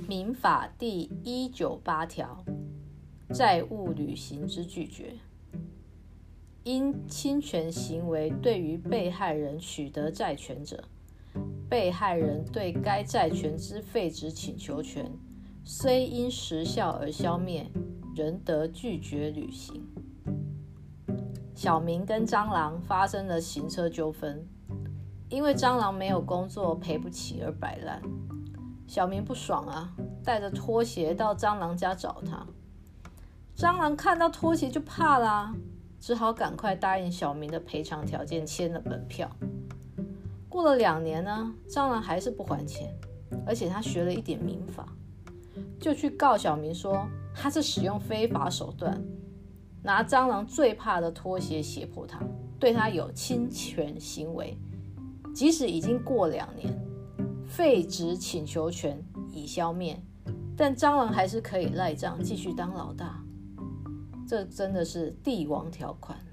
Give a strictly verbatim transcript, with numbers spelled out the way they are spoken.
民法第一百九十八条，债务履行之拒绝。因侵权行为对于被害人取得债权者，被害人对该债权之废止请求权，虽因时效而消灭，仍得拒绝履行。小明跟蟑螂发生了行车纠纷，因为蟑螂没有工作赔不起而摆烂。小明不爽啊，带着拖鞋到蟑螂家找他。蟑螂看到拖鞋就怕啦，只好赶快答应小明的赔偿条件，签了本票。过了两年呢，蟑螂还是不还钱，而且他学了一点民法，就去告小明说他是使用非法手段，拿蟑螂最怕的拖鞋胁迫他，对他有侵权行为。即使已经过两年，废止请求权已消灭，但蟑螂还是可以赖账，继续当老大。这真的是帝王条款。